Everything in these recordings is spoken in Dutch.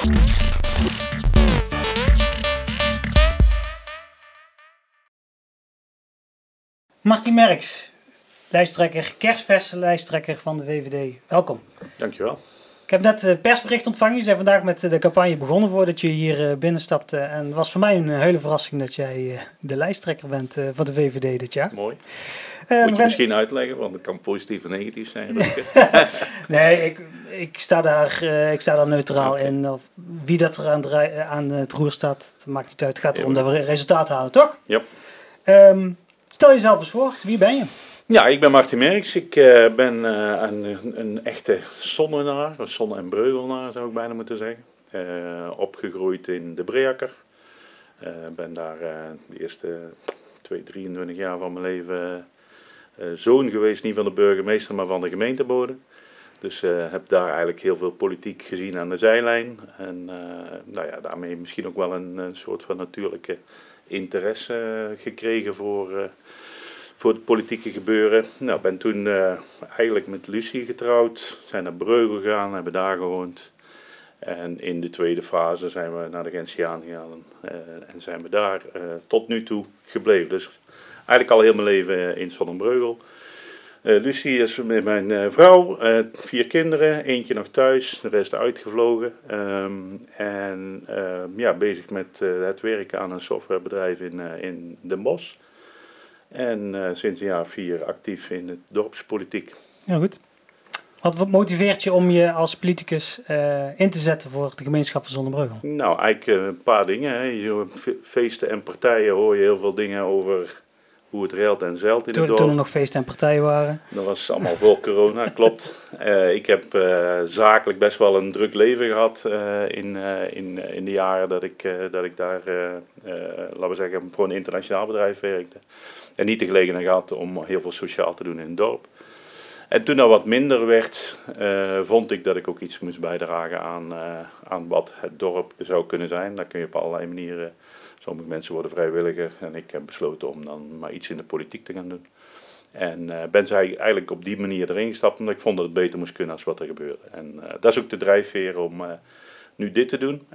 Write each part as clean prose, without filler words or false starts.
Martin Merks, kerstverse lijsttrekker van de VVD. Welkom. Dankjewel. Ik heb net een persbericht ontvangen. Je zijn vandaag met de campagne begonnen voordat je hier binnenstapte. En het was voor mij een hele verrassing dat jij de lijsttrekker bent van de VVD dit jaar. Mooi. Moet je misschien uitleggen, want het kan positief en negatief zijn. Nee, ik sta daar neutraal in. Of wie dat er aan het roer staat, dat maakt niet uit. Het gaat erom dat we resultaten halen, toch? Ja. Stel jezelf eens voor, wie ben je? Ja, ik ben Martin Merks. Ik ben een echte Sonnenaar, een Sonne- en Breugelnaar zou ik bijna moeten zeggen. Opgegroeid in de Breakker. Ben daar de eerste 23 jaar van mijn leven zoon geweest, niet van de burgemeester, maar van de gemeentebode. Dus heb daar eigenlijk heel veel politiek gezien aan de zijlijn. En daarmee misschien ook wel een soort van natuurlijke interesse gekregen voor het politieke gebeuren. Nou, ben toen eigenlijk met Lucie getrouwd, zijn naar Breugel gegaan, hebben daar gewoond. En in de tweede fase zijn we naar de Gentiaan gegaan en zijn we daar tot nu toe gebleven. Dus eigenlijk al heel mijn leven in Sonnenbreugel. Lucie is mijn vrouw, 4 kinderen, eentje nog thuis, de rest uitgevlogen. Bezig met het werken aan een softwarebedrijf in Den Bosch. En sinds een jaar 4 actief in het dorpspolitiek. Ja, goed. Wat motiveert je om je als politicus in te zetten voor de gemeenschap van Zonnebreugel? Nou, eigenlijk een paar dingen. Hè. Feesten en partijen hoor je heel veel dingen over hoe het reilt en zeilt in het dorp. Toen er nog feesten en partijen waren. Dat was allemaal voor corona, klopt. Ik heb zakelijk best wel een druk leven gehad in de jaren dat ik daar, laten we zeggen, voor een internationaal bedrijf werkte. En niet de gelegenheid gehad om heel veel sociaal te doen in het dorp. En toen dat wat minder werd, vond ik dat ik ook iets moest bijdragen aan wat het dorp zou kunnen zijn. Dat kun je op allerlei manieren. Sommige mensen worden vrijwilliger en ik heb besloten om dan maar iets in de politiek te gaan doen. En ben zij eigenlijk op die manier erin gestapt, omdat ik vond dat het beter moest kunnen als wat er gebeurde. En dat is ook de drijfveer om nu dit te doen.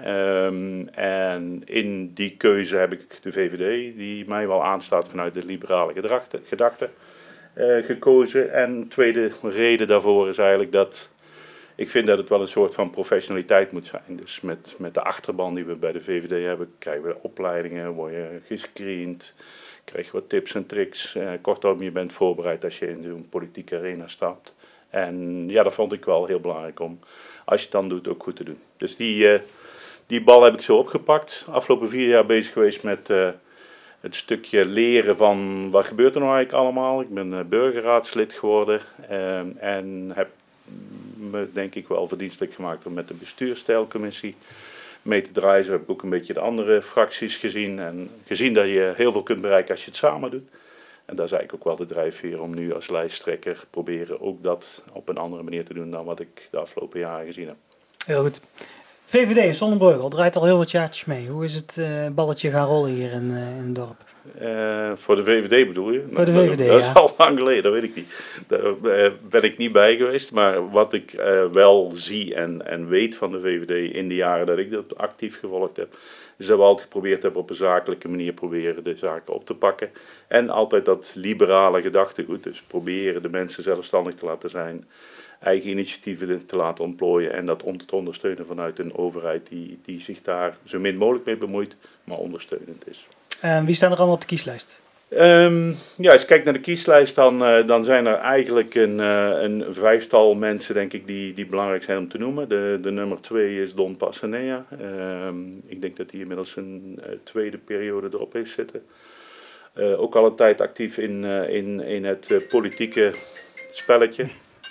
En in die keuze heb ik de VVD, die mij wel aanstaat vanuit de liberale gedachte, gekozen. En de tweede reden daarvoor is eigenlijk dat ik vind dat het wel een soort van professionaliteit moet zijn. Dus met de achterban die we bij de VVD hebben, krijgen we opleidingen, word je gescreend, krijg je wat tips en tricks. Kortom, je bent voorbereid als je in zo'n politieke arena stapt. En ja, dat vond ik wel heel belangrijk om, als je het dan doet, ook goed te doen. Dus die bal heb ik zo opgepakt. Afgelopen 4 jaar bezig geweest met het stukje leren van wat gebeurt er nou eigenlijk allemaal. Ik ben burgerraadslid geworden en heb me denk ik wel verdienstelijk gemaakt om met de bestuursstijlcommissie mee te draaien. Zo heb ik ook een beetje de andere fracties gezien. En gezien dat je heel veel kunt bereiken als je het samen doet. En dat is eigenlijk ook wel de drijfveer om nu als lijsttrekker proberen ook dat op een andere manier te doen dan wat ik de afgelopen jaren gezien heb. Heel goed. VVD in Zonnebreugel draait al heel wat jaartjes mee. Hoe is het balletje gaan rollen hier in het dorp? Voor de VVD bedoel je? Voor de VVD, dat is al lang geleden, dat weet ik niet. Daar ben ik niet bij geweest. Maar wat ik wel zie en weet van de VVD in de jaren dat ik dat actief gevolgd heb, is dat we altijd geprobeerd hebben op een zakelijke manier proberen de zaken op te pakken. En altijd dat liberale gedachtegoed, dus proberen de mensen zelfstandig te laten zijn, eigen initiatieven te laten ontplooien en dat te ondersteunen vanuit een overheid die zich daar zo min mogelijk mee bemoeit, maar ondersteunend is. Wie staan er allemaal op de kieslijst? Als je kijkt naar de kieslijst, dan zijn er eigenlijk een 5-tal mensen, denk ik, die belangrijk zijn om te noemen. De nummer 2 is Don Passanea. Ik denk dat hij inmiddels een tweede periode erop heeft zitten. Ook al een tijd actief in het politieke spelletje.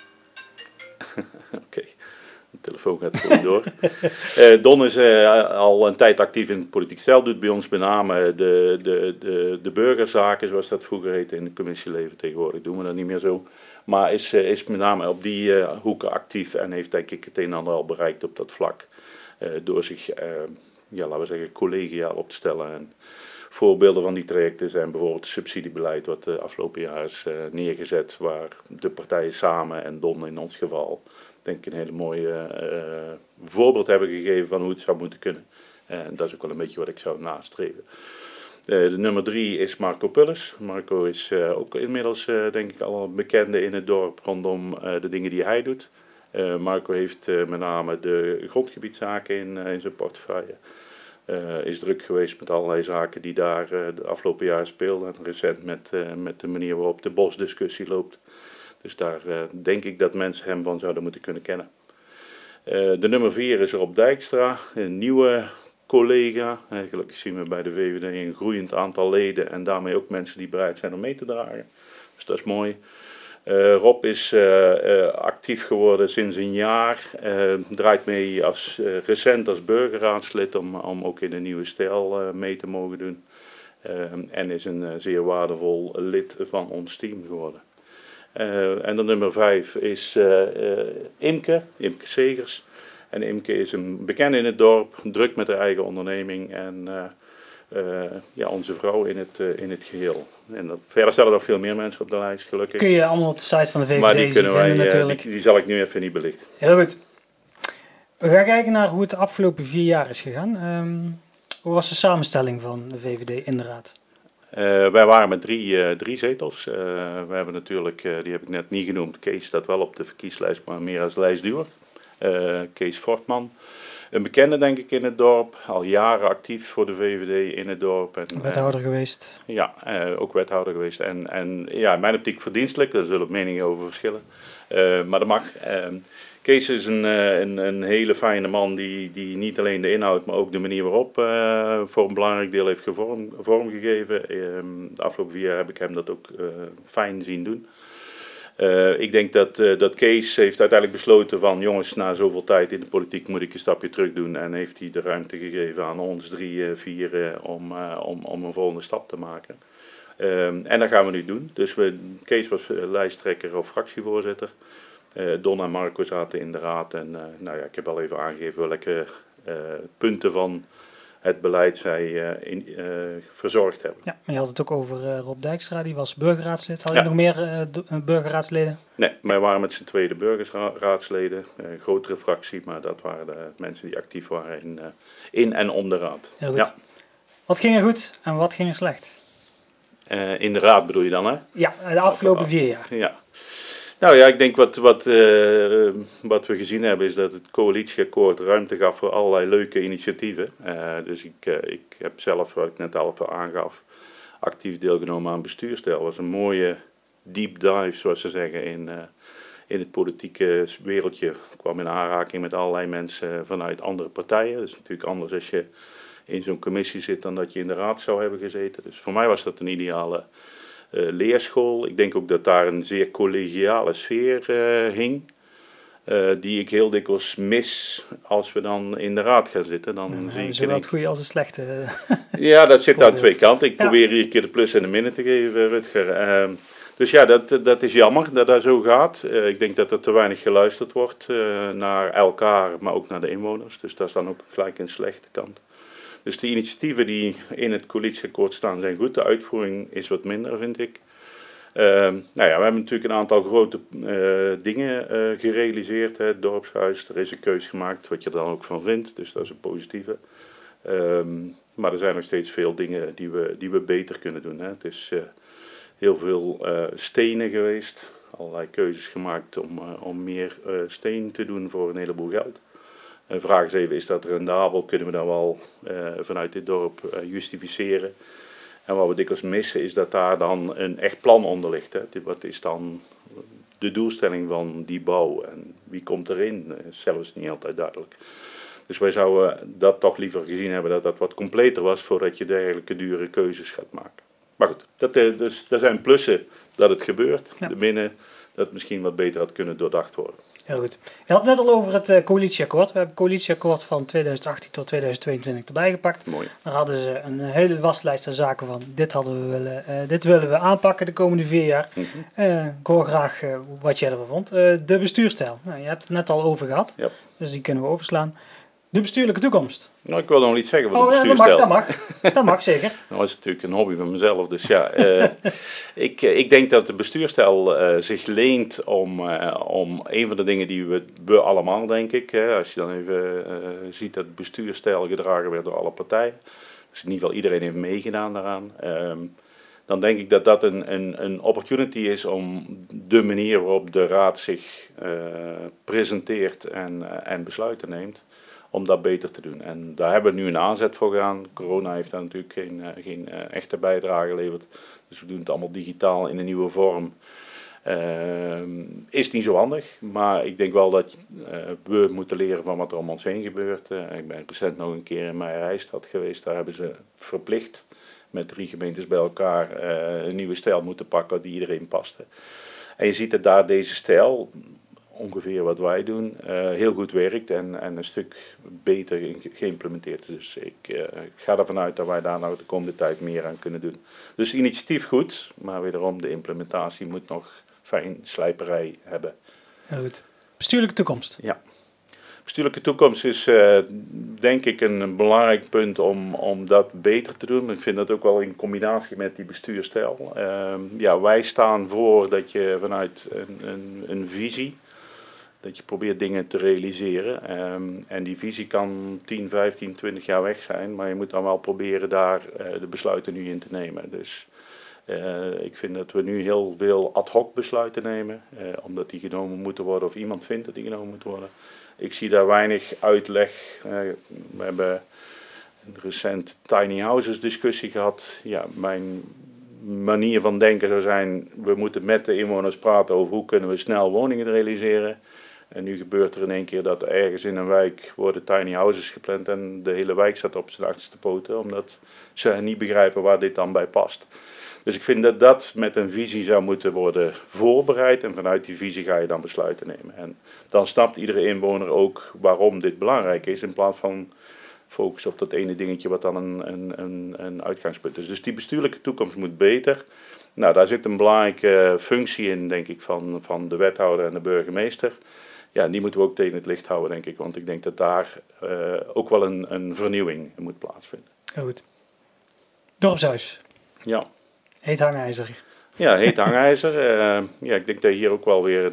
Oké. De telefoon gaat gewoon door. Don is al een tijd actief in het politiek stijl. Doet bij ons met name de burgerzaken, zoals dat vroeger heette in het commissieleven. Tegenwoordig doen we dat niet meer zo. Maar is met name op die hoeken actief en heeft denk ik het een en ander al bereikt op dat vlak. Door zich, laten we zeggen, collegiaal op te stellen. En voorbeelden van die trajecten zijn bijvoorbeeld het subsidiebeleid wat de afgelopen jaar is neergezet. Waar de partijen samen en Don in ons geval, denk ik een hele mooie voorbeeld hebben gegeven van hoe het zou moeten kunnen. En dat is ook wel een beetje wat ik zou nastreven. De nummer 3 is Marco Pulles. Marco is ook inmiddels denk ik al een bekende in het dorp rondom de dingen die hij doet. Marco heeft met name de grondgebiedszaken in zijn portefeuille. Is druk geweest met allerlei zaken die daar de afgelopen jaren speelden. En recent met de manier waarop de bosdiscussie loopt. Dus daar denk ik dat mensen hem van zouden moeten kunnen kennen. De nummer 4 is Rob Dijkstra, een nieuwe collega. Gelukkig zien we bij de VVD een groeiend aantal leden en daarmee ook mensen die bereid zijn om mee te dragen. Dus dat is mooi. Rob is actief geworden sinds een jaar, draait mee recent als burgerraadslid om ook in de nieuwe stijl mee te mogen doen. En is een zeer waardevol lid van ons team geworden. En de nummer 5 is Imke Segers. En Imke is een bekende in het dorp, druk met haar eigen onderneming en onze vrouw in het geheel. En verder staan er nog veel meer mensen op de lijst, gelukkig. Kun je allemaal op de site van de VVD maar die kunnen wij, natuurlijk. Die zal ik nu even niet belichten. Heel goed. We gaan kijken naar hoe het de afgelopen 4 jaar is gegaan. Hoe was de samenstelling van de VVD in de raad? Wij waren met drie zetels. We hebben natuurlijk, die heb ik net niet genoemd, Kees staat wel op de verkieslijst, maar meer als lijstduwer. Kees Fortman. Een bekende denk ik in het dorp, al jaren actief voor de VVD in het dorp. En, wethouder geweest. Ja, ook wethouder geweest. En ja, in mijn optiek verdienstelijk, daar zullen meningen over verschillen. Maar dat mag. Kees is een hele fijne man die niet alleen de inhoud, maar ook de manier waarop voor een belangrijk deel heeft vormgegeven. De afgelopen 4 jaar heb ik hem dat ook fijn zien doen. Ik denk dat Kees heeft uiteindelijk besloten van jongens, na zoveel tijd in de politiek moet ik een stapje terug doen. En heeft hij de ruimte gegeven aan ons 3, 4 om een volgende stap te maken. En dat gaan we nu doen. Dus Kees was lijsttrekker of fractievoorzitter. Don en Marco zaten in de raad. En ik heb al even aangegeven welke punten van het beleid zij verzorgd hebben. Ja, maar je had het ook over Rob Dijkstra, die was burgerraadslid. Had je nog meer burgerraadsleden? Nee, wij waren met z'n tweede burgerraadsleden. Een grotere fractie, maar dat waren de mensen die actief waren in en om de raad. Heel goed. Ja. Wat ging er goed en wat ging er slecht? In de raad bedoel je dan, hè? Ja, de afgelopen 4 jaar. Ja. Nou ja, ik denk wat we gezien hebben is dat het coalitieakkoord ruimte gaf voor allerlei leuke initiatieven. Dus ik heb zelf, wat ik net al even aangaf, actief deelgenomen aan bestuurstijl. Het was een mooie deep dive, zoals ze zeggen, in het politieke wereldje. Ik kwam in aanraking met allerlei mensen vanuit andere partijen. Dat is natuurlijk anders als je in zo'n commissie zit dan dat je in de raad zou hebben gezeten. Dus voor mij was dat een ideale leerschool. Ik denk ook dat daar een zeer collegiale sfeer hing. Die ik heel dikwijls mis als we dan in de raad gaan zitten. Dan zie ik zowel het goede als het slechte. Ja, dat zit aan 2 kanten. Ik probeer hier een keer de plus en de minnen te geven, Rutger. Dus ja, dat is jammer dat dat zo gaat. Ik denk dat er te weinig geluisterd wordt naar elkaar, maar ook naar de inwoners. Dus dat is dan ook gelijk een slechte kant. Dus de initiatieven die in het coalitieakkoord staan zijn goed. De uitvoering is wat minder, vind ik. We hebben natuurlijk een aantal grote dingen gerealiseerd. Hè. Het dorpshuis, er is een keus gemaakt, wat je er dan ook van vindt. Dus dat is een positieve. Maar er zijn nog steeds veel dingen die we beter kunnen doen. Hè. Het is heel veel stenen geweest. Allerlei keuzes gemaakt om meer steen te doen voor een heleboel geld. De vraag is even, is dat rendabel? Kunnen we dat wel vanuit dit dorp justificeren? En wat we dikwijls missen is dat daar dan een echt plan onder ligt. Hè. Wat is dan de doelstelling van die bouw? En wie komt erin? Zelfs niet altijd duidelijk. Dus wij zouden dat toch liever gezien hebben dat dat wat completer was voordat je dergelijke dure keuzes gaat maken. Maar goed, dus er zijn plussen dat het gebeurt. Ja. De minnen dat het misschien wat beter had kunnen doordacht worden. Heel goed. Je had het net al over het coalitieakkoord. We hebben het coalitieakkoord van 2018 tot 2022 erbij gepakt. Mooi. Daar hadden ze een hele waslijst aan zaken van. Dit willen we aanpakken de komende 4 jaar. Mm-hmm. Ik hoor graag wat jij ervan vond. De bestuurstijl. Nou, je hebt het net al over gehad. Yep. Dus die kunnen we overslaan. De bestuurlijke toekomst. Nou, ik wil nog iets zeggen over Oh de ja, bestuurstijl. dat mag zeker. Nou, dat is natuurlijk een hobby van mezelf. Dus ja, ik denk dat de bestuurstijl zich leent om een van de dingen die we allemaal, denk ik. Als je dan even ziet dat bestuurstijl gedragen werd door alle partijen. Dus in ieder geval iedereen heeft meegedaan daaraan. Dan denk ik dat dat een opportunity is om de manier waarop de raad zich presenteert en besluiten neemt, om dat beter te doen. En daar hebben we nu een aanzet voor gedaan. Corona heeft daar natuurlijk geen echte bijdrage geleverd. Dus we doen het allemaal digitaal in een nieuwe vorm. Is niet zo handig, maar ik denk wel dat we moeten leren van wat er om ons heen gebeurt. Ik ben recent nog een keer in Meijerijstad geweest. Daar hebben ze verplicht met 3 gemeentes bij elkaar een nieuwe stijl moeten pakken die iedereen paste. En je ziet dat daar deze stijl, ongeveer wat wij doen, heel goed werkt en een stuk beter geïmplementeerd is. Dus ik ga ervan uit dat wij daar nou de komende tijd meer aan kunnen doen. Dus initiatief goed, maar wederom de implementatie moet nog fijn slijperij hebben. Heel goed. Bestuurlijke toekomst. Ja. Bestuurlijke toekomst is denk ik een belangrijk punt om dat beter te doen. Ik vind dat ook wel in combinatie met die bestuurstijl. Wij staan voor dat je vanuit een visie, dat je probeert dingen te realiseren. En die visie kan 10, 15, 20 jaar weg zijn, maar je moet dan wel proberen daar de besluiten nu in te nemen. Dus ik vind dat we nu heel veel ad hoc besluiten nemen, omdat die genomen moeten worden of iemand vindt dat die genomen moeten worden. Ik zie daar weinig uitleg. We hebben een recent tiny houses discussie gehad. Ja, mijn manier van denken zou zijn, we moeten met de inwoners praten over hoe kunnen we snel woningen realiseren. En nu gebeurt er in één keer dat ergens in een wijk worden tiny houses gepland en de hele wijk staat op zijn achterste poten, omdat ze niet begrijpen waar dit dan bij past. Dus ik vind dat dat met een visie zou moeten worden voorbereid en vanuit die visie ga je dan besluiten nemen. En dan snapt iedere inwoner ook waarom dit belangrijk is in plaats van focus op dat ene dingetje wat dan een uitgangspunt is. Dus die bestuurlijke toekomst moet beter. Nou, daar zit een belangrijke functie in, denk ik, van de wethouder en de burgemeester. Ja, die moeten we ook tegen het licht houden, denk ik, want ik denk dat daar ook wel een vernieuwing moet plaatsvinden. Heel goed. Dorpshuis. Ja. Heet hangijzer. Ja, heet hangijzer. Ik denk dat hier ook wel weer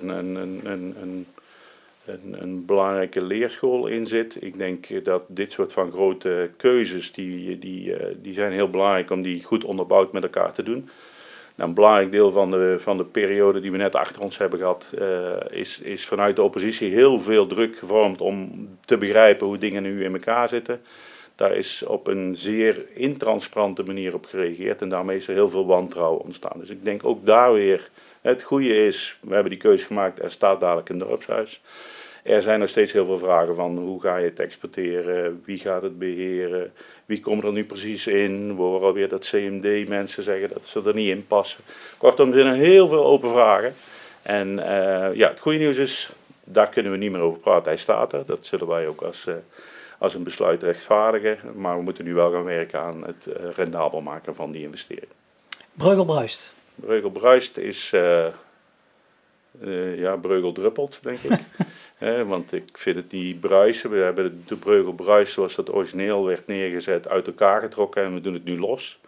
een belangrijke leerschool in zit. Ik denk dat dit soort van grote keuzes, die zijn heel belangrijk om die goed onderbouwd met elkaar te doen. Nou, een belangrijk deel van de periode die we net achter ons hebben gehad, is vanuit de oppositie heel veel druk gevormd om te begrijpen hoe dingen nu in elkaar zitten. Daar is op een zeer intransparante manier op gereageerd en daarmee is er heel veel wantrouwen ontstaan. Dus ik denk ook daar weer, het goede is, we hebben die keuze gemaakt, er staat dadelijk een dorpshuis. Er zijn nog steeds heel veel vragen van hoe ga je het exporteren, wie gaat het beheren, wie komt er nu precies in. We horen alweer dat CMD mensen zeggen dat ze er niet in passen. Kortom, er zijn heel veel open vragen. En het goede nieuws is, daar kunnen we niet meer over praten. Hij staat er, dat zullen wij ook als een besluit rechtvaardigen. Maar we moeten nu wel gaan werken aan het rendabel maken van die investering. Breugel-Bruist. Breugel-Bruist is... Breugel druppelt, denk ik. Want ik vind het die bruisen, we hebben de Breugel-Bruis zoals dat origineel werd neergezet uit elkaar getrokken en we doen het nu los.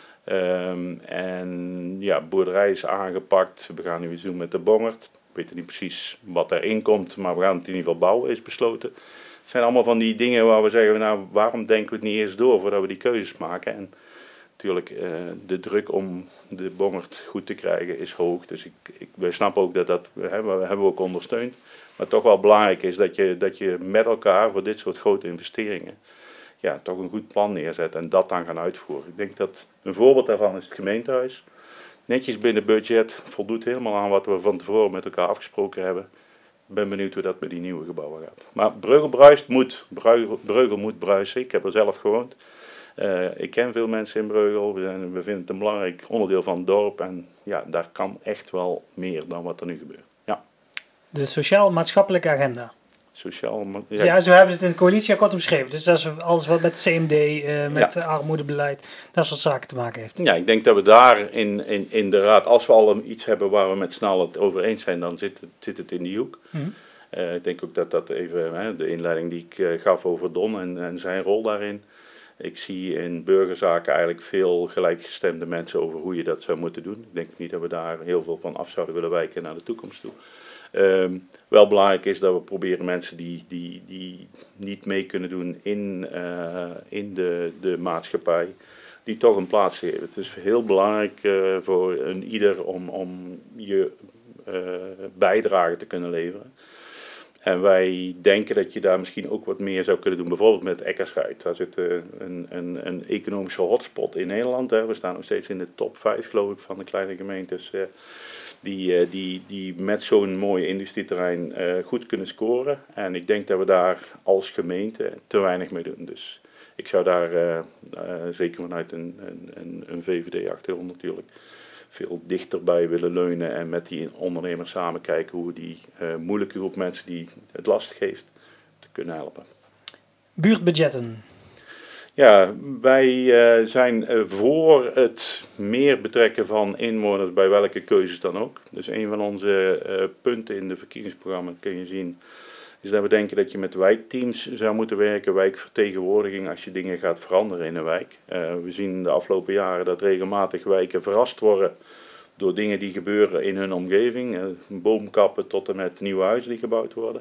Boerderij is aangepakt, we gaan nu eens doen met de bongerd. We weten niet precies wat erin komt, maar we gaan het in ieder geval bouwen, is besloten. Het zijn allemaal van die dingen waar we zeggen, nou, waarom denken we het niet eerst door voordat we die keuzes maken? En natuurlijk, de druk om de bongerd goed te krijgen is hoog. Dus wij snappen ook dat hebben we ook ondersteund. Maar toch wel belangrijk is dat je met elkaar voor dit soort grote investeringen toch een goed plan neerzet en dat dan gaan uitvoeren. Ik denk dat een voorbeeld daarvan is het gemeentehuis. Netjes binnen budget, voldoet helemaal aan wat we van tevoren met elkaar afgesproken hebben. Ik ben benieuwd hoe dat met die nieuwe gebouwen gaat. Maar Breugel moet bruisen. Ik heb er zelf gewoond. Ik ken veel mensen in Breugel. We vinden het een belangrijk onderdeel van het dorp. En ja, daar kan echt wel meer dan wat er nu gebeurt. Ja. De sociaal-maatschappelijke agenda. Zo hebben ze het in het coalitieakkoord omschreven. Dus dat is alles wat met CMD, met armoedebeleid, dat soort zaken te maken heeft. Ja, ik denk dat we daar in de raad, als we al iets hebben waar we met z'n allen het over eens zijn, dan zit het in die hoek. Mm-hmm. Ik denk ook dat even de inleiding die ik gaf over Don en zijn rol daarin. Ik zie in burgerzaken eigenlijk veel gelijkgestemde mensen over hoe je dat zou moeten doen. Ik denk niet dat we daar heel veel van af zouden willen wijken naar de toekomst toe. Wel belangrijk is dat we proberen mensen die niet mee kunnen doen in de maatschappij, die toch een plaats geven. Het is heel belangrijk voor een ieder om je bijdrage te kunnen leveren. En wij denken dat je daar misschien ook wat meer zou kunnen doen. Bijvoorbeeld met Eckersrijd. Daar zit een economische hotspot in Nederland. Hè. We staan nog steeds in de top 5 geloof ik van de kleine gemeentes. Die met zo'n mooi industrieterrein goed kunnen scoren. En ik denk dat we daar als gemeente te weinig mee doen. Dus ik zou daar zeker vanuit een VVD-achtergrond natuurlijk veel dichterbij willen leunen en met die ondernemers samen kijken hoe we die moeilijke groep mensen die het lastig heeft te kunnen helpen. Buurtbudgetten. Ja, wij zijn voor het meer betrekken van inwoners bij welke keuzes dan ook. Dus een van onze punten in de verkiezingsprogramma kun je zien is dat we denken dat je met wijkteams zou moeten werken, wijkvertegenwoordiging als je dingen gaat veranderen in een wijk. We zien de afgelopen jaren dat regelmatig wijken verrast worden door dingen die gebeuren in hun omgeving. Boomkappen tot en met nieuwe huizen die gebouwd worden.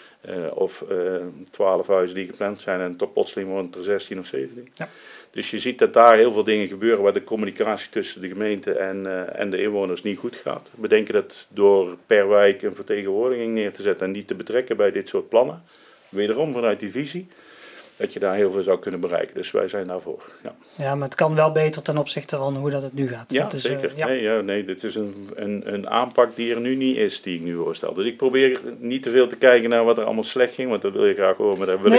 Of 12 huizen die gepland zijn en tot plotseling worden er 16 of 17. Ja. Dus je ziet dat daar heel veel dingen gebeuren waar de communicatie tussen de gemeente en de inwoners niet goed gaat. We denken dat door per wijk een vertegenwoordiging neer te zetten en die te betrekken bij dit soort plannen, wederom vanuit die visie, dat je daar heel veel zou kunnen bereiken. Dus wij zijn daarvoor. Ja, ja, maar het kan wel beter ten opzichte van hoe dat het nu gaat. Ja, dat is, zeker. Nee, dit is een aanpak die er nu niet is, die ik nu voorstel. Dus ik probeer niet te veel te kijken naar wat er allemaal slecht ging, want dat wil je graag horen. Maar dat wil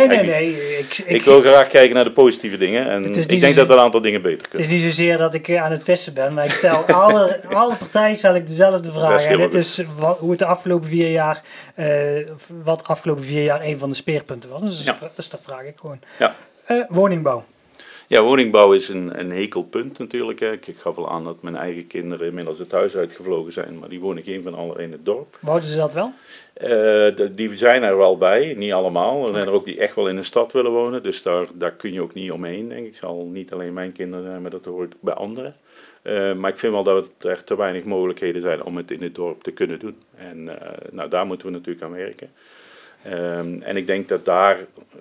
ik wil graag kijken naar de positieve dingen. En ik denk dat een aantal dingen beter kunnen. Het is niet zozeer dat ik aan het vissen ben, maar ik stel alle partijen stel ik dezelfde vragen. En dit is hoe het de afgelopen 4 jaar, wat de afgelopen 4 jaar een van de speerpunten was. Dus dat vraag ik gewoon. Ja. Woningbouw. Ja, woningbouw is een hekelpunt natuurlijk. Hè. Ik gaf al aan dat mijn eigen kinderen inmiddels het huis uitgevlogen zijn, maar die wonen geen van allen in het dorp. Wouden ze dat wel? Die zijn er wel bij, niet allemaal. Er zijn er ook die echt wel in de stad willen wonen, dus daar kun je ook niet omheen, denk ik. Het zal niet alleen mijn kinderen zijn, maar dat hoor ik bij anderen. Maar ik vind wel dat er te weinig mogelijkheden zijn om het in het dorp te kunnen doen. En daar moeten we natuurlijk aan werken. En ik denk dat daar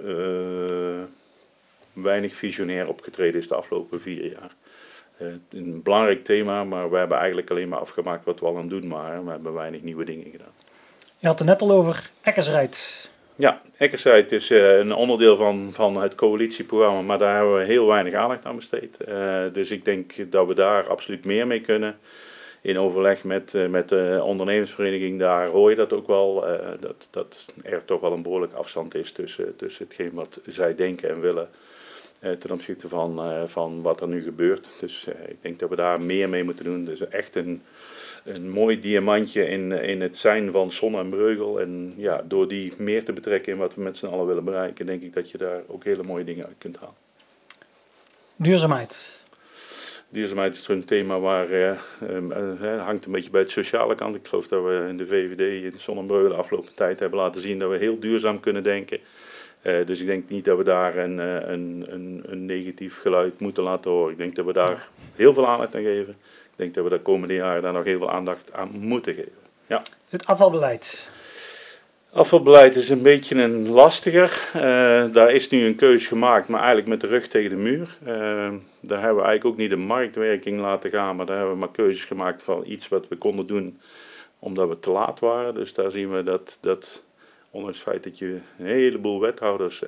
weinig visionair opgetreden is de afgelopen 4 jaar. Een belangrijk thema, maar we hebben eigenlijk alleen maar afgemaakt wat we al aan het doen waren. We hebben weinig nieuwe dingen gedaan. Je had het net al over Eckersrijd. Ja, Eckersrijd is een onderdeel van het coalitieprogramma, maar daar hebben we heel weinig aandacht aan besteed. Dus ik denk dat we daar absoluut meer mee kunnen. In overleg met de ondernemersvereniging, daar hoor je dat ook wel, dat er toch wel een behoorlijke afstand is tussen hetgeen wat zij denken en willen ten opzichte van wat er nu gebeurt. Dus ik denk dat we daar meer mee moeten doen. Dus echt een mooi diamantje in het zijn van Son en Breugel. En ja, door die meer te betrekken in wat we met z'n allen willen bereiken, denk ik dat je daar ook hele mooie dingen uit kunt halen. Duurzaamheid. Duurzaamheid is een thema waar hangt een beetje bij het sociale kant. Ik geloof dat we in de VVD in Son en Breugel de afgelopen tijd hebben laten zien dat we heel duurzaam kunnen denken. Dus ik denk niet dat we daar een negatief geluid moeten laten horen. Ik denk dat we daar heel veel aandacht aan geven. Ik denk dat we de komende jaren daar nog heel veel aandacht aan moeten geven. Ja. Het afvalbeleid. Afvalbeleid is een beetje een lastiger. Daar is nu een keuze gemaakt, maar eigenlijk met de rug tegen de muur. Daar hebben we eigenlijk ook niet de marktwerking laten gaan, maar daar hebben we maar keuzes gemaakt van iets wat we konden doen omdat we te laat waren. Dus daar zien we dat ondanks het feit dat je een heleboel wethouders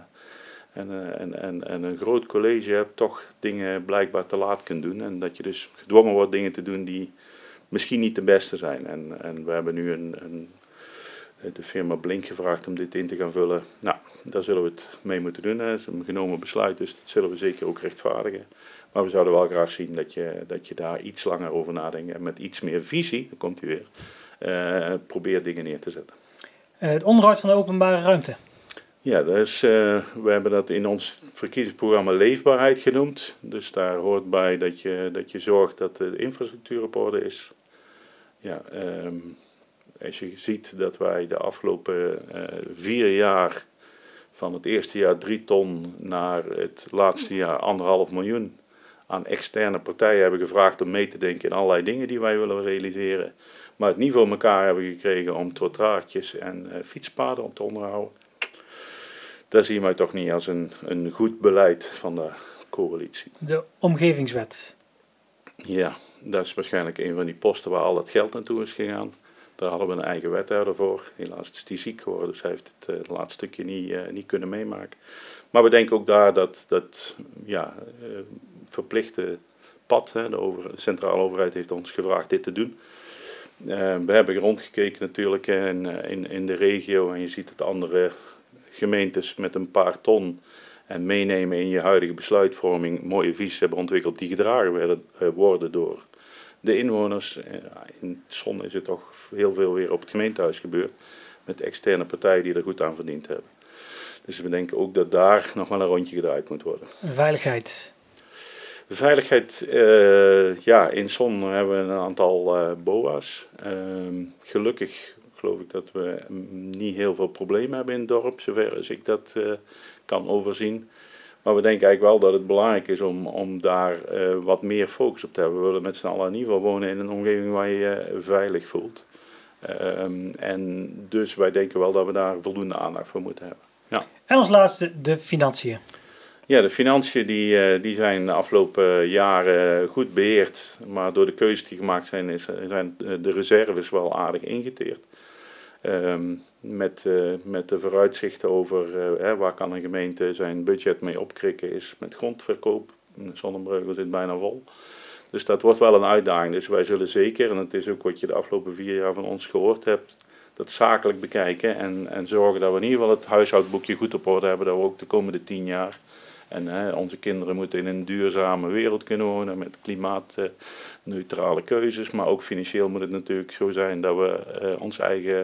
en een groot college hebt, toch dingen blijkbaar te laat kunt doen. En dat je dus gedwongen wordt dingen te doen die misschien niet de beste zijn. En we hebben nu de firma Blink gevraagd om dit in te gaan vullen. Nou, daar zullen we het mee moeten doen. Het is een genomen besluit, dus dat zullen we zeker ook rechtvaardigen. Maar we zouden wel graag zien dat je daar iets langer over nadenkt en met iets meer visie, dan komt hij weer, probeert dingen neer te zetten. Het onderhoud van de openbare ruimte. Ja, we hebben dat in ons verkiezingsprogramma leefbaarheid genoemd. Dus daar hoort bij dat je zorgt dat de infrastructuur op orde is. Ja, als je ziet dat wij de afgelopen 4 jaar, van het eerste jaar 3 ton naar het laatste jaar 1,5 miljoen aan externe partijen hebben gevraagd om mee te denken in allerlei dingen die wij willen realiseren. Maar het niveau elkaar hebben gekregen om trottoirtjes en fietspaden op te onderhouden. Dat zie je mij toch niet als een goed beleid van de coalitie. De omgevingswet. Ja, dat is waarschijnlijk een van die posten waar al dat geld naartoe is gegaan. Daar hadden we een eigen wethouder voor. Helaas is die ziek geworden, dus hij heeft het laatste stukje niet kunnen meemaken. Maar we denken ook daar dat verplichte pad, de centrale overheid heeft ons gevraagd dit te doen. We hebben rondgekeken natuurlijk in de regio en je ziet dat andere gemeentes met een paar ton en meenemen in je huidige besluitvorming mooie visies hebben ontwikkeld die gedragen worden door de inwoners. In Zon is het toch heel veel weer op het gemeentehuis gebeurd met externe partijen die er goed aan verdiend hebben. Dus we denken ook dat daar nog wel een rondje gedraaid moet worden. Veiligheid. Veiligheid, in Zon hebben we een aantal BOA's. Gelukkig geloof ik dat we niet heel veel problemen hebben in het dorp, zover als ik dat kan overzien. Maar we denken eigenlijk wel dat het belangrijk is om daar wat meer focus op te hebben. We willen met z'n allen in ieder geval wonen in een omgeving waar je je veilig voelt. En dus wij denken wel dat we daar voldoende aandacht voor moeten hebben. Ja. En als laatste de financiën. Ja, de financiën die zijn de afgelopen jaren goed beheerd. Maar door de keuzes die gemaakt zijn, zijn de reserves wel aardig ingeteerd. Met de vooruitzichten over waar kan een gemeente zijn budget mee opkrikken is met grondverkoop. Zon en Breugel zit bijna vol. Dus dat wordt wel een uitdaging. Dus wij zullen zeker, en dat is ook wat je de afgelopen 4 jaar van ons gehoord hebt, dat zakelijk bekijken en zorgen dat we in ieder geval het huishoudboekje goed op orde hebben, dat we ook de komende 10 jaar. En onze kinderen moeten in een duurzame wereld kunnen wonen met klimaatneutrale keuzes. Maar ook financieel moet het natuurlijk zo zijn dat we ons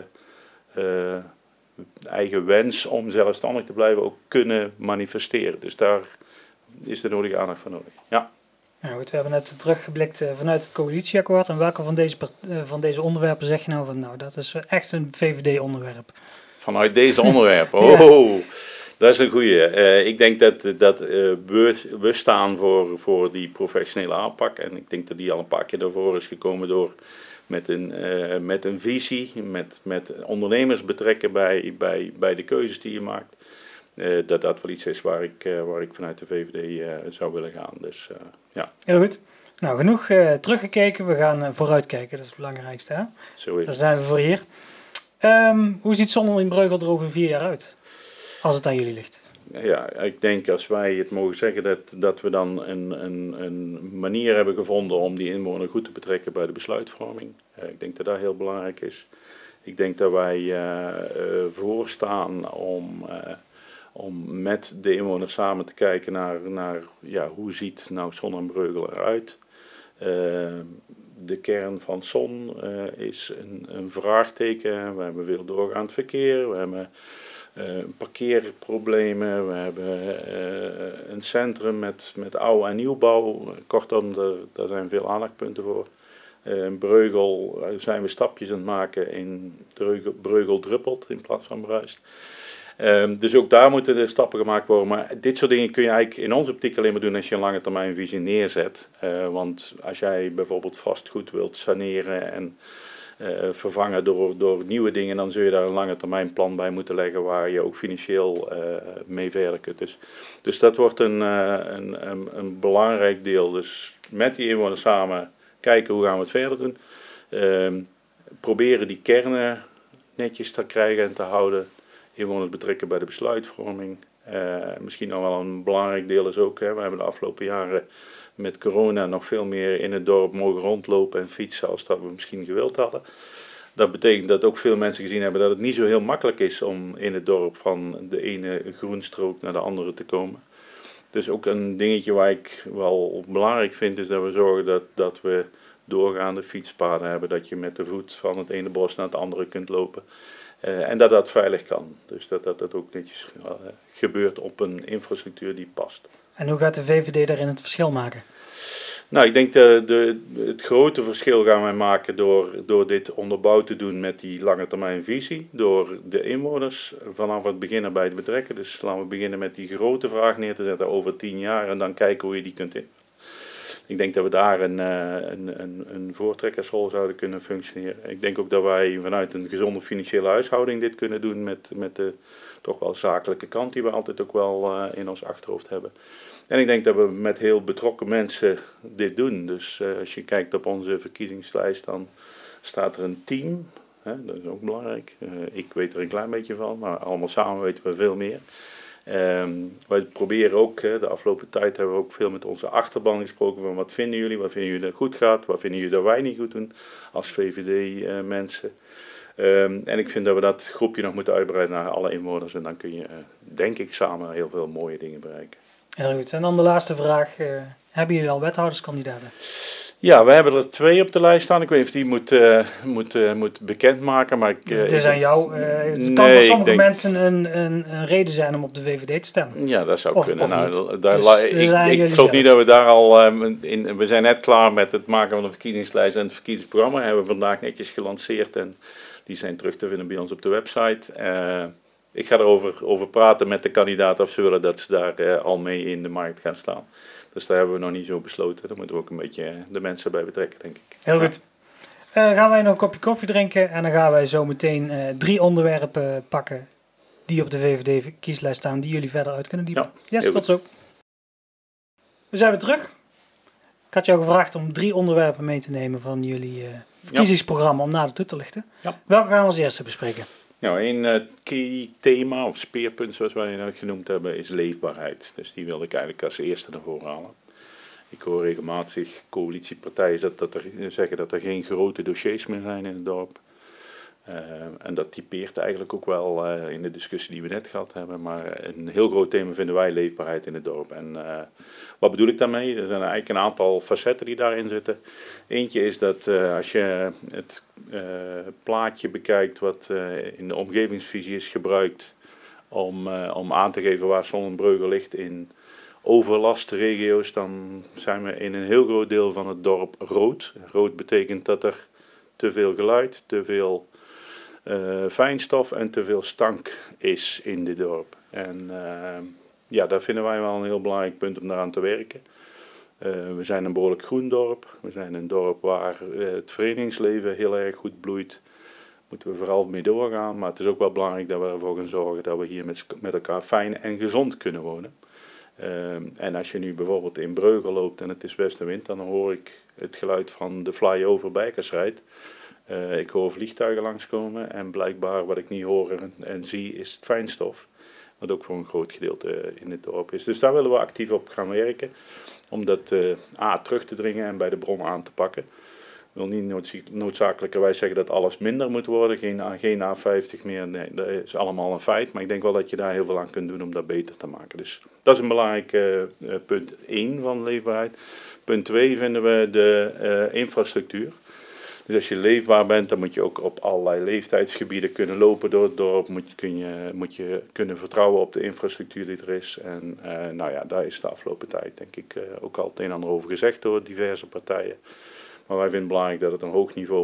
eigen wens om zelfstandig te blijven ook kunnen manifesteren. Dus daar is de nodige aandacht voor nodig. Ja. Nou goed, we hebben net teruggeblikt vanuit het coalitieakkoord. En welke van deze onderwerpen zeg je nou van, nou dat is echt een VVD-onderwerp? Vanuit deze onderwerpen? Oh, ja. Dat is een goeie. Ik denk dat we staan voor die professionele aanpak. En ik denk dat die al een paar keer naar voren is gekomen door met een visie, met ondernemers betrekken bij de keuzes die je maakt. Dat wel iets is waar ik vanuit de VVD zou willen gaan. Dus ja. Heel goed. Nou, genoeg teruggekeken. We gaan vooruitkijken. Dat is het belangrijkste. Hè? Zo is Daar zijn we voor hier. Hoe ziet Zon in Breugel er over 4 jaar uit? Als het aan jullie ligt. Ja, ik denk als wij het mogen zeggen dat we dan een manier hebben gevonden om die inwoner goed te betrekken bij de besluitvorming. Ik denk dat dat heel belangrijk is. Ik denk dat wij voorstaan om met de inwoners samen te kijken naar hoe ziet nou Zon en Breugel eruit. De kern van Zon is een vraagteken. We hebben veel doorgaand verkeer. We hebben parkeerproblemen. We hebben een centrum met oude en nieuwbouw. Kortom, daar zijn veel aandachtspunten voor. In Breugel zijn we stapjes aan het maken in Breugel druppelt in plaats van bruist. Dus ook daar moeten er stappen gemaakt worden. Maar dit soort dingen kun je eigenlijk in onze optiek alleen maar doen als je een lange termijn visie neerzet. Want als jij bijvoorbeeld vastgoed wilt saneren en vervangen door nieuwe dingen, dan zul je daar een lange termijn plan bij moeten leggen waar je ook financieel mee verder kunt. Dus dat wordt een belangrijk deel. Dus met die inwoners samen kijken hoe gaan we het verder doen. Proberen die kernen netjes te krijgen en te houden. Inwoners betrekken bij de besluitvorming. Misschien nog wel een belangrijk deel is ook, we hebben de afgelopen jaren met corona nog veel meer in het dorp mogen rondlopen en fietsen als dat we misschien gewild hadden. Dat betekent dat ook veel mensen gezien hebben dat het niet zo heel makkelijk is om in het dorp van de ene groenstrook naar de andere te komen. Dus ook een dingetje waar ik wel belangrijk vind is dat we zorgen dat we doorgaande fietspaden hebben. Dat je met de voet van het ene bos naar het andere kunt lopen. En dat dat veilig kan. Dus dat ook netjes gebeurt op een infrastructuur die past. En hoe gaat de VVD daarin het verschil maken? Nou, ik denk het grote verschil gaan wij maken door dit onderbouwd te doen met die lange termijn visie. Door de inwoners vanaf het begin erbij te betrekken. Dus laten we beginnen met die grote vraag neer te zetten over 10 jaar en dan kijken hoe je die kunt invullen. Ik denk dat we daar een voortrekkersrol zouden kunnen functioneren. Ik denk ook dat wij vanuit een gezonde financiële huishouding dit kunnen doen met de toch wel zakelijke kant die we altijd ook wel in ons achterhoofd hebben. En ik denk dat we met heel betrokken mensen dit doen. Dus als je kijkt op onze verkiezingslijst, dan staat er een team. Hè, dat is ook belangrijk. Ik weet er een klein beetje van, maar allemaal samen weten we veel meer. Wij proberen ook, de afgelopen tijd hebben we ook veel met onze achterban gesproken van wat vinden jullie dat goed gaat, wat vinden jullie dat wij niet goed doen als VVD-mensen. En ik vind dat we dat groepje nog moeten uitbreiden naar alle inwoners en dan kun je, denk ik, samen heel veel mooie dingen bereiken. Heel goed. En dan de laatste vraag. Hebben jullie al wethouderskandidaten? Ja, we hebben er 2 op de lijst staan. Ik weet niet of die moet bekendmaken. Maar het is aan jou. Het kan voor sommige mensen een reden zijn om op de VVD te stemmen. Ja, dat zou kunnen. Ik geloof niet dat we daar al in... We zijn net klaar met het maken van de verkiezingslijst en het verkiezingsprogramma. Hebben we vandaag netjes gelanceerd en die zijn terug te vinden bij ons op de website. Ik ga erover praten met de kandidaten of ze willen dat ze daar al mee in de markt gaan staan. Dus daar hebben we nog niet zo besloten. Daar moeten we ook een beetje de mensen bij betrekken, denk ik. Heel goed. Gaan wij nog een kopje koffie drinken en dan gaan wij zo meteen 3 onderwerpen pakken die op de VVD-kieslijst staan, die jullie verder uit kunnen diepen. Ja, yes, tot zo. We zijn weer terug. Ik had jou gevraagd om 3 onderwerpen mee te nemen van jullie verkiezingsprogramma om nader toe te lichten. Ja. Welke gaan we als eerste bespreken? Nou, een key thema of speerpunt zoals wij het genoemd hebben is leefbaarheid. Dus die wilde ik eigenlijk als eerste naar voren halen. Ik hoor regelmatig coalitiepartijen zeggen dat er geen grote dossiers meer zijn in het dorp. En dat typeert eigenlijk ook wel in de discussie die we net gehad hebben. Maar een heel groot thema vinden wij leefbaarheid in het dorp. En wat bedoel ik daarmee? Er zijn eigenlijk een aantal facetten die daarin zitten. Eentje is dat als je het plaatje bekijkt wat in de omgevingsvisie is gebruikt om aan te geven waar Sonnenbreugel ligt in overlastregio's, dan zijn we in een heel groot deel van het dorp rood. Rood betekent dat er te veel geluid, te veel fijnstof en te veel stank is in dit dorp. En dat vinden wij wel een heel belangrijk punt om daaraan te werken. We zijn een behoorlijk groen dorp. We zijn een dorp waar het verenigingsleven heel erg goed bloeit. Daar moeten we vooral mee doorgaan. Maar het is ook wel belangrijk dat we ervoor gaan zorgen dat we hier met elkaar fijn en gezond kunnen wonen. En als je nu bijvoorbeeld in Breugel loopt en het is westenwind, dan hoor ik het geluid van de flyover Bijkersrijd. Ik hoor vliegtuigen langskomen en blijkbaar wat ik niet hoor en zie is het fijnstof. Wat ook voor een groot gedeelte in het dorp is. Dus daar willen we actief op gaan werken. Om dat terug te dringen en bij de bron aan te pakken. Ik wil niet noodzakelijkerwijs zeggen dat alles minder moet worden. Geen A50 meer, nee, dat is allemaal een feit. Maar ik denk wel dat je daar heel veel aan kunt doen om dat beter te maken. Dus dat is een belangrijk punt 1 van leefbaarheid. Punt 2 vinden we de infrastructuur. Dus als je leefbaar bent, dan moet je ook op allerlei leeftijdsgebieden kunnen lopen door het dorp. Moet je kunnen vertrouwen op de infrastructuur die er is. En daar is de afgelopen tijd denk ik ook al het een en ander over gezegd door diverse partijen. Maar wij vinden het belangrijk dat het een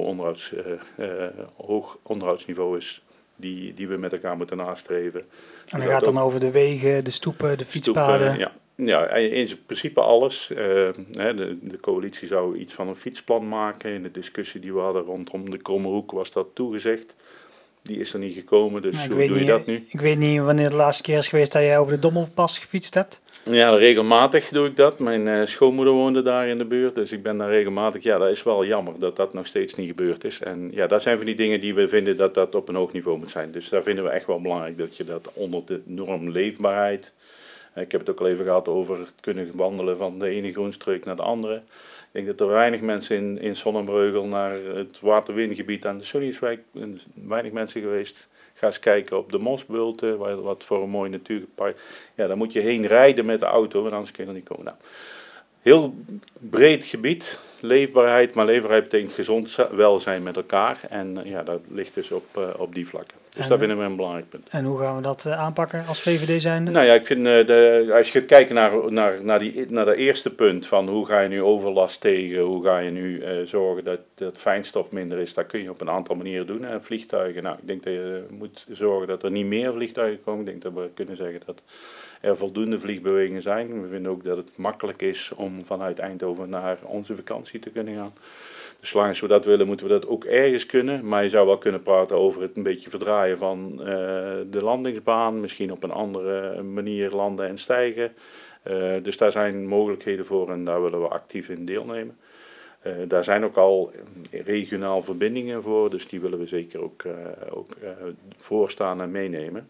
hoog onderhoudsniveau is die we met elkaar moeten nastreven. En dan gaat het dan over de wegen, de stoepen, de fietspaden. Ja, in principe alles. De coalitie zou iets van een fietsplan maken. In de discussie die we hadden rondom de Kromme Hoek was dat toegezegd. Die is er niet gekomen, dus hoe doe je dat nu? Ik weet niet wanneer de laatste keer is geweest dat jij over de Dommelpas gefietst hebt. Ja, regelmatig doe ik dat. Mijn schoonmoeder woonde daar in de buurt, dus ik ben daar regelmatig. Ja, dat is wel jammer dat dat nog steeds niet gebeurd is. En ja, dat zijn van die dingen die we vinden dat op een hoog niveau moet zijn. Dus daar vinden we echt wel belangrijk dat je dat onder de norm leefbaarheid. Ik heb het ook al even gehad over het kunnen wandelen van de ene groenstreek naar de andere. Ik denk dat er weinig mensen in Sonnenbreugel naar het Waterwingebied aan de Sunnieswijk, weinig mensen geweest. Ga eens kijken op de Mosbulten, wat voor een mooi natuurpark. Ja, daar moet je heen rijden met de auto, want anders kun je er niet komen. Nou, heel breed gebied, leefbaarheid, maar leefbaarheid betekent gezond welzijn met elkaar. En ja, dat ligt dus op die vlakken. Dus dat vinden we een belangrijk punt. En hoe gaan we dat aanpakken als VVD zijn? Nou ja, ik vind, als je gaat kijken naar dat eerste punt van hoe ga je nu overlast tegen, hoe ga je nu zorgen dat fijnstof minder is, dat kun je op een aantal manieren doen. En vliegtuigen, nou, ik denk dat je moet zorgen dat er niet meer vliegtuigen komen. Ik denk dat we kunnen zeggen dat er voldoende vliegbewegingen zijn. We vinden ook dat het makkelijk is om vanuit Eindhoven naar onze vakantie te kunnen gaan. Dus zolang we dat willen, moeten we dat ook ergens kunnen. Maar je zou wel kunnen praten over het een beetje verdraaien van de landingsbaan. Misschien op een andere manier landen en stijgen. Dus daar zijn mogelijkheden voor en daar willen we actief in deelnemen. Daar zijn ook al regionaal verbindingen voor, dus die willen we zeker ook voorstaan en meenemen.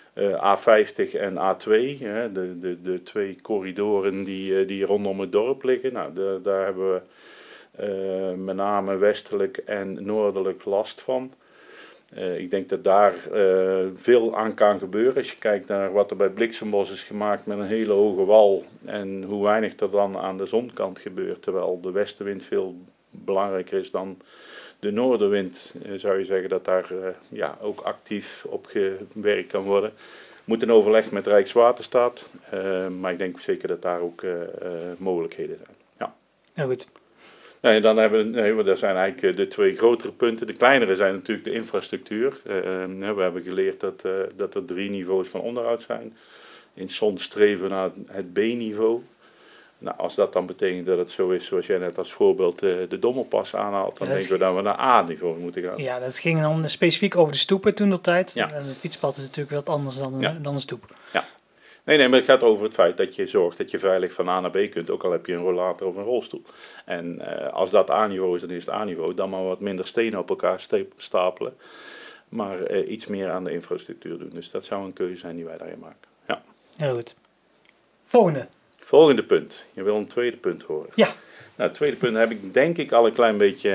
A50 en A2, de twee corridoren die rondom het dorp liggen. Nou, daar hebben we met name westelijk en noordelijk last van. Ik denk dat daar veel aan kan gebeuren. Als je kijkt naar wat er bij Bliksembos is gemaakt met een hele hoge wal en hoe weinig er dan aan de zonkant gebeurt, terwijl de westenwind veel belangrijker is dan de noordenwind, zou je zeggen dat daar ook actief op gewerkt kan worden. Moet een overleg met Rijkswaterstaat, maar ik denk zeker dat daar ook mogelijkheden zijn. Ja. Heel goed. Nee, dan dat zijn eigenlijk de twee grotere punten. De kleinere zijn natuurlijk de infrastructuur. We hebben geleerd dat er 3 niveaus van onderhoud zijn. In SON streven we naar het B-niveau. Nou, als dat dan betekent dat het zo is, zoals jij net als voorbeeld de Dommelpas aanhaalt, dan denken we dat we naar A-niveau moeten gaan. Ja, dat ging dan specifiek over de stoepen toen de tijd. Ja. En het fietspad is natuurlijk wat anders dan een stoep. Ja. Nee, maar het gaat over het feit dat je zorgt dat je veilig van A naar B kunt, ook al heb je een rollator of een rolstoel. En als dat A-niveau is, dan is het A-niveau. Dan maar wat minder stenen op elkaar stapelen, maar iets meer aan de infrastructuur doen. Dus dat zou een keuze zijn die wij daarin maken. Ja. Heel goed. Volgende punt. Je wil een tweede punt horen. Ja. Nou, het tweede punt heb ik denk ik al een klein beetje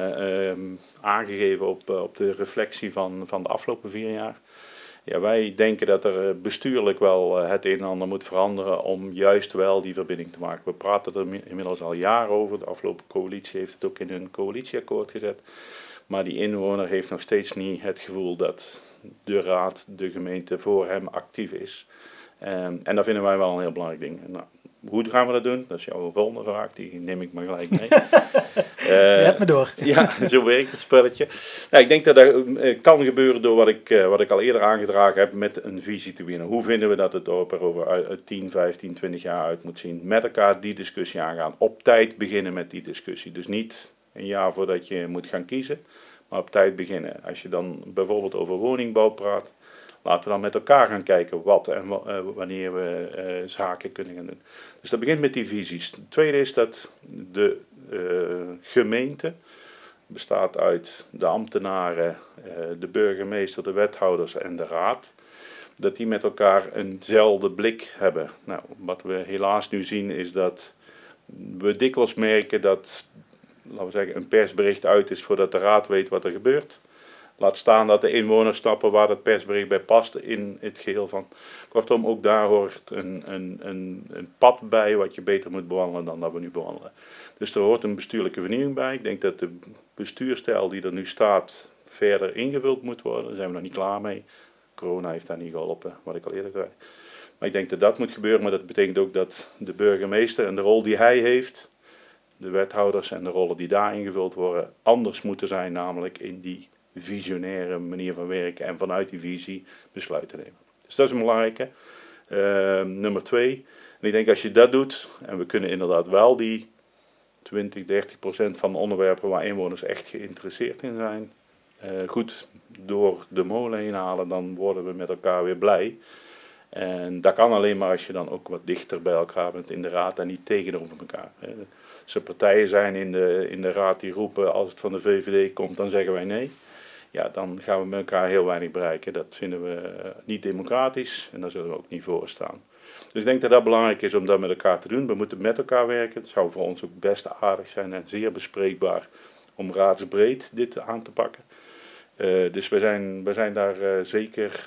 aangegeven op de reflectie van de afgelopen 4 jaar. Ja, wij denken dat er bestuurlijk wel het een en ander moet veranderen om juist wel die verbinding te maken. We praten er inmiddels al jaren over. De afgelopen coalitie heeft het ook in hun coalitieakkoord gezet. Maar die inwoner heeft nog steeds niet het gevoel dat de raad, de gemeente voor hem actief is. En dat vinden wij wel een heel belangrijk ding. Nou, hoe gaan we dat doen? Dat is jouw volgende vraag, die neem ik maar gelijk mee. Je hebt me door. Ja, zo werkt het spelletje. Nou, ik denk dat dat kan gebeuren door wat ik al eerder aangedragen heb met een visie te winnen. Hoe vinden we dat het dorp er over 10, 15, 20 jaar uit moet zien? Met elkaar die discussie aangaan. Op tijd beginnen met die discussie. Dus niet een jaar voordat je moet gaan kiezen, maar op tijd beginnen. Als je dan bijvoorbeeld over woningbouw praat, laten we dan met elkaar gaan kijken wat en wanneer we zaken kunnen gaan doen. Dus dat begint met die visies. Het tweede is dat de gemeente bestaat uit de ambtenaren, de burgemeester, de wethouders en de raad. Dat die met elkaar eenzelfde blik hebben. Nou, wat we helaas nu zien is dat we dikwijls merken dat, laten we zeggen, een persbericht uit is voordat de raad weet wat er gebeurt. Laat staan dat de inwoners snappen waar dat persbericht bij past in het geheel van. Kortom, ook daar hoort een pad bij wat je beter moet bewandelen dan dat we nu bewandelen. Dus er hoort een bestuurlijke vernieuwing bij. Ik denk dat de bestuurstijl die er nu staat verder ingevuld moet worden. Daar zijn we nog niet klaar mee. Corona heeft daar niet geholpen, wat ik al eerder zei. Maar ik denk dat dat moet gebeuren, maar dat betekent ook dat de burgemeester en de rol die hij heeft, de wethouders en de rollen die daar ingevuld worden, anders moeten zijn, namelijk in die visionaire manier van werken en vanuit die visie besluiten nemen. Dus dat is een belangrijke. Nummer 2. En ik denk als je dat doet, en we kunnen inderdaad wel die 20-30% van de onderwerpen waar inwoners echt geïnteresseerd in zijn, goed door de molen heen halen, dan worden we met elkaar weer blij. En dat kan alleen maar als je dan ook wat dichter bij elkaar bent in de raad en niet tegenover elkaar. Als er partijen zijn in de raad die roepen als het van de VVD komt, dan zeggen wij nee. Ja, dan gaan we met elkaar heel weinig bereiken. Dat vinden we niet democratisch en daar zullen we ook niet voor staan. Dus ik denk dat dat belangrijk is om dat met elkaar te doen. We moeten met elkaar werken. Het zou voor ons ook best aardig zijn en zeer bespreekbaar om raadsbreed dit aan te pakken. Dus we zijn daar zeker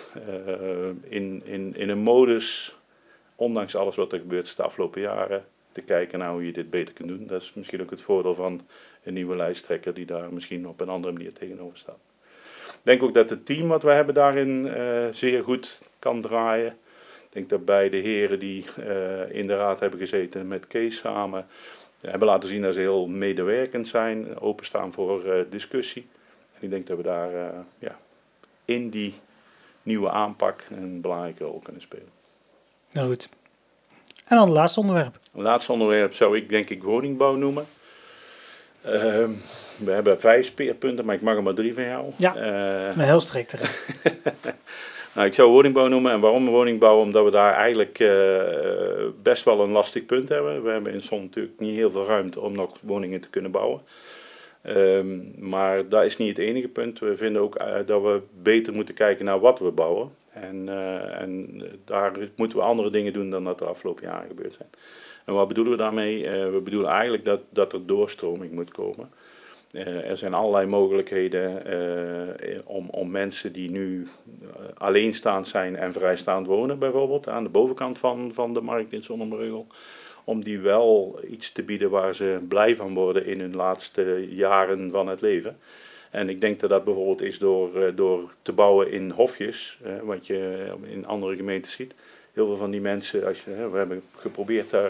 in een modus, ondanks alles wat er gebeurd is de afgelopen jaren, te kijken naar hoe je dit beter kunt doen. Dat is misschien ook het voordeel van een nieuwe lijsttrekker die daar misschien op een andere manier tegenover staat. denk ook dat het team wat we hebben daarin zeer goed kan draaien. Ik denk dat beide heren die in de raad hebben gezeten met Kees samen hebben laten zien dat ze heel medewerkend zijn, openstaan voor discussie. En ik denk dat we daar in die nieuwe aanpak een belangrijke rol kunnen spelen. Nou goed. En dan het laatste onderwerp. Het laatste onderwerp zou ik denk ik woningbouw noemen. We hebben 5 speerpunten, maar ik mag er maar 3 van jou. Ja, maar heel strikt erin. Nou, ik zou woningbouw noemen. En waarom woningbouw? Omdat we daar eigenlijk best wel een lastig punt hebben. We hebben in Zon natuurlijk niet heel veel ruimte om nog woningen te kunnen bouwen. Maar dat is niet het enige punt. We vinden ook dat we beter moeten kijken naar wat we bouwen. En daar moeten we andere dingen doen dan dat de afgelopen jaren gebeurd zijn. En wat bedoelen we daarmee? We bedoelen eigenlijk dat er doorstroming moet komen. Er zijn allerlei mogelijkheden om mensen die nu alleenstaand zijn en vrijstaand wonen, bijvoorbeeld aan de bovenkant van de markt in Zonnebreugel, om die wel iets te bieden waar ze blij van worden in hun laatste jaren van het leven. En ik denk dat dat bijvoorbeeld is door te bouwen in hofjes, wat je in andere gemeenten ziet. Heel veel van die mensen, we hebben geprobeerd daar,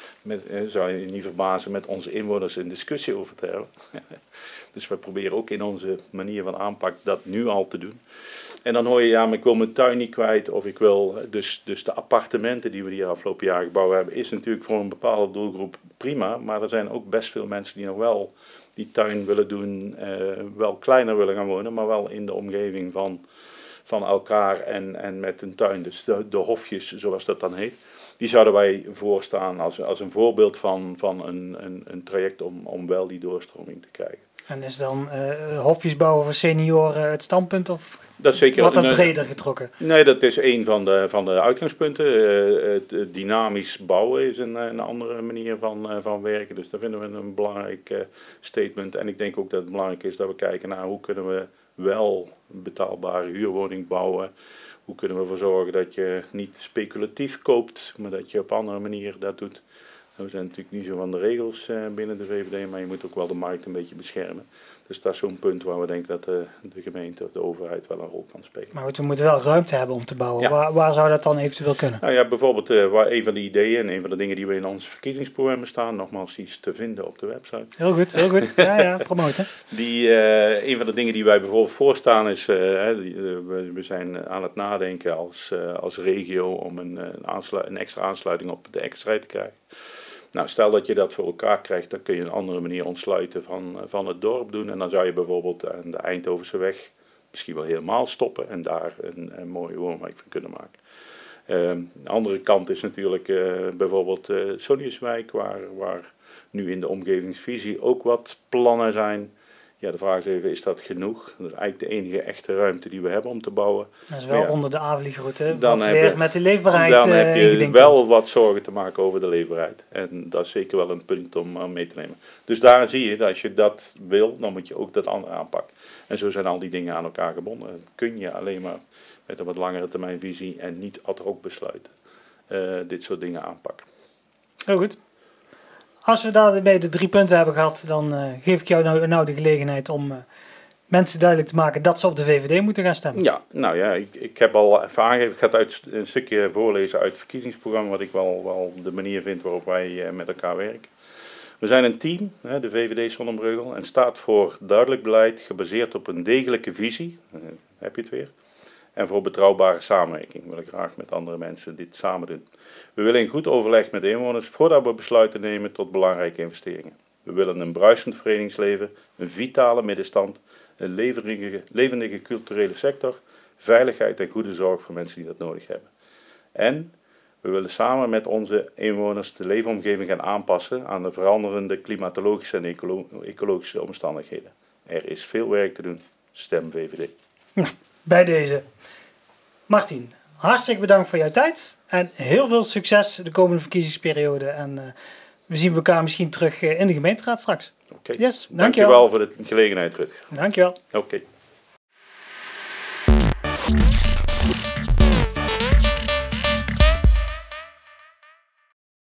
zou je niet verbazen, met onze inwoners een discussie over te hebben. Dus we proberen ook in onze manier van aanpak dat nu al te doen. En dan hoor je, ja, maar ik wil mijn tuin niet kwijt, of ik wil, dus de appartementen die we hier afgelopen jaar gebouwd hebben, is natuurlijk voor een bepaalde doelgroep prima. Maar er zijn ook best veel mensen die nog wel die tuin willen doen, wel kleiner willen gaan wonen, maar wel in de omgeving van elkaar en met een tuin. Dus de hofjes, zoals dat dan heet, die zouden wij voorstaan als een voorbeeld van een traject om wel die doorstroming te krijgen. En is dan hofjes bouwen voor senioren het standpunt of dat is zeker, wat dat breder getrokken? Nee, dat is een van de uitgangspunten. Het dynamisch bouwen is een andere manier van werken. Dus dat vinden we een belangrijk statement. En ik denk ook dat het belangrijk is dat we kijken naar hoe kunnen we wel een betaalbare huurwoning bouwen. Hoe kunnen we ervoor zorgen dat je niet speculatief koopt, maar dat je op andere manier dat doet. We zijn natuurlijk niet zo van de regels binnen de VVD, maar je moet ook wel de markt een beetje beschermen. Dus dat is zo'n punt waar we denken dat de gemeente of de overheid wel een rol kan spelen. Maar goed, we moeten wel ruimte hebben om te bouwen. Ja. Waar zou dat dan eventueel kunnen? Nou ja, bijvoorbeeld een van de ideeën en een van de dingen die we in ons verkiezingsprogramma staan, nogmaals iets te vinden op de website. Heel goed, heel goed. Ja, promoten. Een van de dingen die wij bijvoorbeeld voorstaan is, we zijn aan het nadenken als regio om een extra aansluiting op de extra te krijgen. Nou, stel dat je dat voor elkaar krijgt, dan kun je een andere manier ontsluiten van het dorp doen. En dan zou je bijvoorbeeld aan de Eindhovense weg misschien wel helemaal stoppen en daar een mooie woonwijk van kunnen maken. De andere kant is natuurlijk bijvoorbeeld Soniuswijk, waar nu in de omgevingsvisie ook wat plannen zijn. Ja, de vraag is even, is dat genoeg? Dat is eigenlijk de enige echte ruimte die we hebben om te bouwen. Dat is wel onder de aanvliegroute, wat weer met de leefbaarheid dan heb je wel komt. wat zorgen te maken over de leefbaarheid. En dat is zeker wel een punt om mee te nemen. Dus daar zie je dat als je dat wil, dan moet je ook dat andere aanpakken. En zo zijn al die dingen aan elkaar gebonden. Dat kun je alleen maar met een wat langere termijn visie en niet ad hoc besluiten dit soort dingen aanpakken. Heel goed. Als we daarmee de 3 punten hebben gehad, dan geef ik jou nou de gelegenheid om mensen duidelijk te maken dat ze op de VVD moeten gaan stemmen. Ja, nou ja, ik heb al ervaring. Ik ga het een stukje voorlezen uit het verkiezingsprogramma, wat ik wel de manier vind waarop wij met elkaar werken. We zijn een team, de VVD Zonnebreugel, en staat voor duidelijk beleid gebaseerd op een degelijke visie, heb je het weer, en voor betrouwbare samenwerking. We willen graag met andere mensen dit samen doen. We willen in goed overleg met de inwoners voordat we besluiten nemen tot belangrijke investeringen. We willen een bruisend verenigingsleven, een vitale middenstand, een levendige culturele sector, veiligheid en goede zorg voor mensen die dat nodig hebben. En we willen samen met onze inwoners de leefomgeving gaan aanpassen aan de veranderende klimatologische en ecologische omstandigheden. Er is veel werk te doen. Stem VVD. Nou, bij deze. Martin, hartstikke bedankt voor jouw tijd en heel veel succes de komende verkiezingsperiode. En we zien elkaar misschien terug in de gemeenteraad straks. Oké. Yes, dankjewel voor de gelegenheid, Rutger. Dankjewel. Oké.